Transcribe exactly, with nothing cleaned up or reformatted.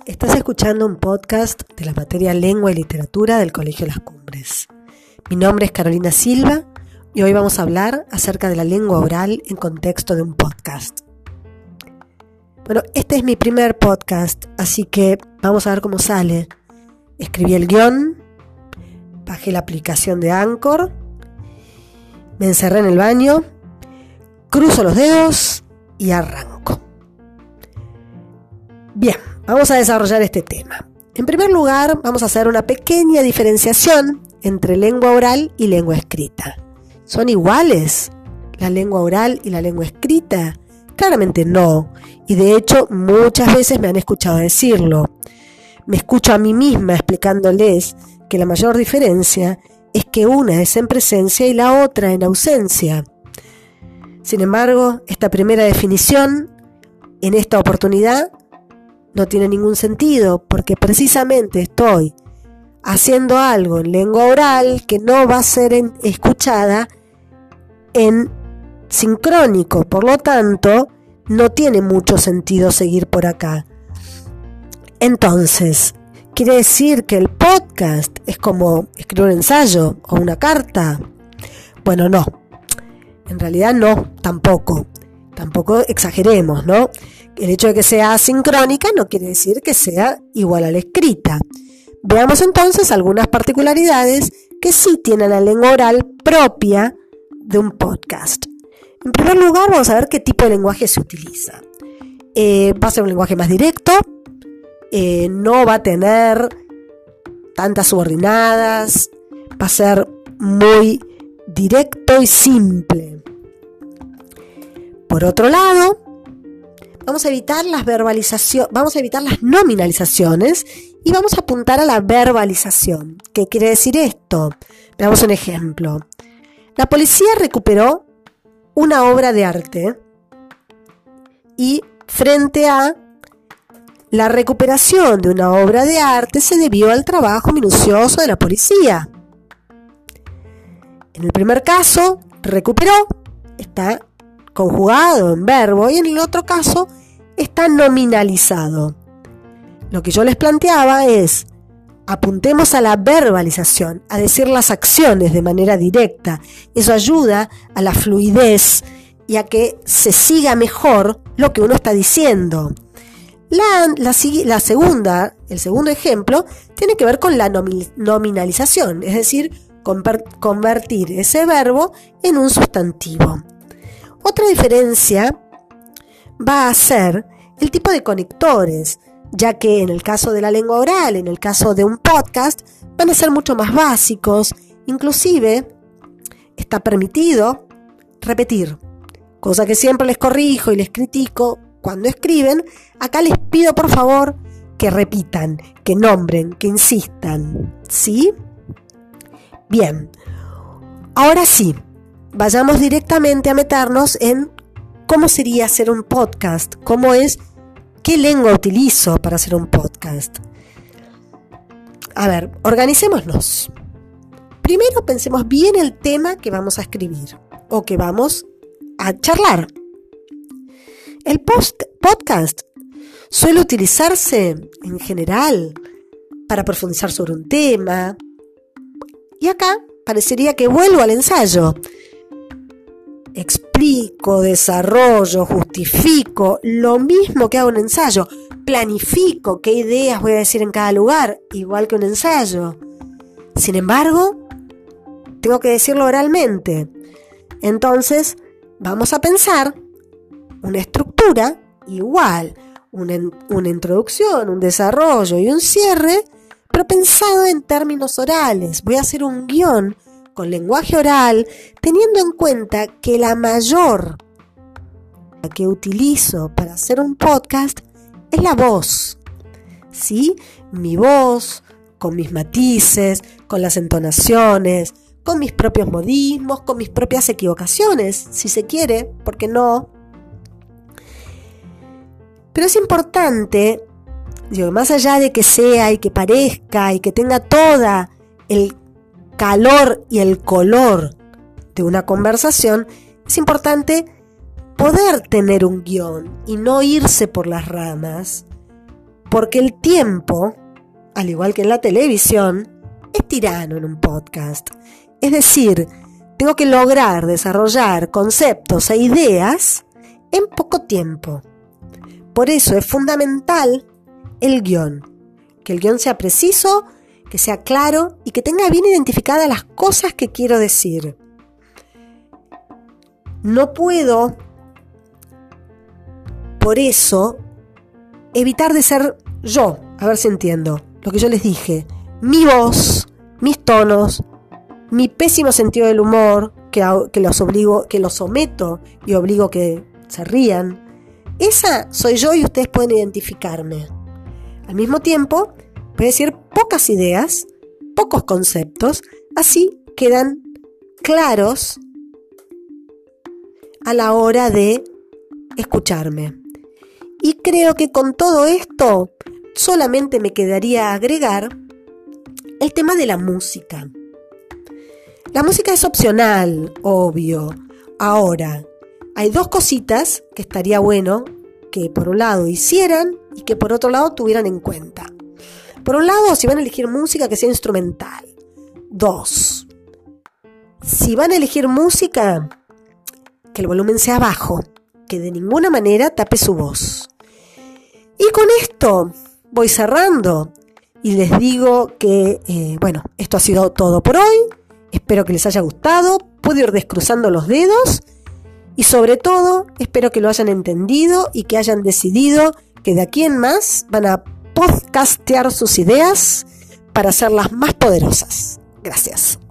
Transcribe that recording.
Estás escuchando un podcast de la materia Lengua y Literatura del Colegio Las Cumbres. Mi nombre es Carolina Silva y hoy vamos a hablar acerca de la lengua oral en contexto de un podcast. Bueno, este es mi primer podcast, así que vamos a ver cómo sale. Escribí el guión, bajé la aplicación de Anchor, me encerré en el baño, cruzo los dedos y arranco. Bien, vamos a desarrollar este tema. En primer lugar, vamos a hacer una pequeña diferenciación entre lengua oral y lengua escrita. ¿Son iguales la lengua oral y la lengua escrita? Claramente no, y de hecho muchas veces me han escuchado decirlo. Me escucho a mí misma explicándoles que la mayor diferencia es que una es en presencia y la otra en ausencia. Sin embargo, esta primera definición, en esta oportunidad, no tiene ningún sentido porque precisamente estoy haciendo algo en lengua oral que no va a ser en, escuchada en sincrónico. Por lo tanto, no tiene mucho sentido seguir por acá. Entonces, ¿quiere decir que el podcast es como escribir un ensayo o una carta? Bueno, no. En realidad no, tampoco. Tampoco exageremos, ¿no? El hecho de que sea asincrónica no quiere decir que sea igual a la escrita. Veamos entonces algunas particularidades que sí tiene la lengua oral propia de un podcast. En primer lugar, vamos a ver qué tipo de lenguaje se utiliza. Eh, va a ser un lenguaje más directo, eh, no va a tener tantas subordinadas, va a ser muy directo y simple. Por otro lado, vamos a evitar las verbalizaciones, vamos a evitar las nominalizaciones y vamos a apuntar a la verbalización. ¿Qué quiere decir esto? Veamos un ejemplo. La policía recuperó una obra de arte y frente a la recuperación de una obra de arte se debió al trabajo minucioso de la policía. En el primer caso, recuperó, está conjugado en verbo, y en el otro caso está nominalizado. Lo que yo les planteaba es, apuntemos a la verbalización, a decir las acciones de manera directa. Eso ayuda a la fluidez y a que se siga mejor lo que uno está diciendo. La, la, la segunda, el segundo ejemplo, tiene que ver con la nomi- nominalización, es decir, conver- convertir ese verbo en un sustantivo. Otra diferencia va a ser el tipo de conectores, ya que en el caso de la lengua oral, en el caso de un podcast, van a ser mucho más básicos. Inclusive, está permitido repetir, cosa que siempre les corrijo y les critico cuando escriben. Acá les pido por favor que repitan, que nombren, que insistan, ¿sí? Bien, ahora sí. Vayamos directamente a meternos en cómo sería hacer un podcast, cómo es, qué lengua utilizo para hacer un podcast. A ver, organicémonos. Primero pensemos bien el tema que vamos a escribir o que vamos a charlar. El post- podcast suele utilizarse en general para profundizar sobre un tema. Y acá parecería que vuelvo al ensayo. Explico, desarrollo, justifico, lo mismo que hago en un ensayo. Planifico qué ideas voy a decir en cada lugar, igual que un ensayo. Sin embargo, tengo que decirlo oralmente. Entonces, vamos a pensar una estructura igual, una, una introducción, un desarrollo y un cierre, pero pensado en términos orales. Voy a hacer un guión con lenguaje oral, teniendo en cuenta que la mayor que utilizo para hacer un podcast es la voz, ¿sí? Mi voz, con mis matices, con las entonaciones, con mis propios modismos, con mis propias equivocaciones, si se quiere, ¿por qué no? Pero es importante, digo, más allá de que sea y que parezca y que tenga toda el calor y el color de una conversación, es importante poder tener un guión y no irse por las ramas, Porque el tiempo, al igual que en la televisión, es tirano en un podcast. Es decir, tengo que lograr desarrollar conceptos e ideas en poco tiempo. Por eso es fundamental el guión. Que el guión sea preciso, que sea claro y que tenga bien identificadas las cosas que quiero decir. No puedo, por eso, evitar de ser yo, a ver si entiendo lo que yo les dije. Mi voz, mis tonos, mi pésimo sentido del humor, que, que los obligo, que los someto y obligo que se rían. Esa soy yo y ustedes pueden identificarme. Al mismo tiempo, voy a decir pocas ideas, pocos conceptos, así quedan claros a la hora de escucharme. Y creo que con todo esto solamente me quedaría agregar el tema de la música. La música es opcional, obvio. Ahora, hay dos cositas que estaría bueno que por un lado hicieran y que por otro lado tuvieran en cuenta. Por un lado, si van a elegir música, que sea instrumental. Dos, si van a elegir música, que el volumen sea bajo, que de ninguna manera tape su voz. Y con esto voy cerrando y les digo que, eh, bueno, esto ha sido todo por hoy. Espero que les haya gustado. Puedo ir descruzando los dedos y sobre todo espero que lo hayan entendido y que hayan decidido que de aquí en más van a podcastear sus ideas para hacerlas más poderosas. Gracias.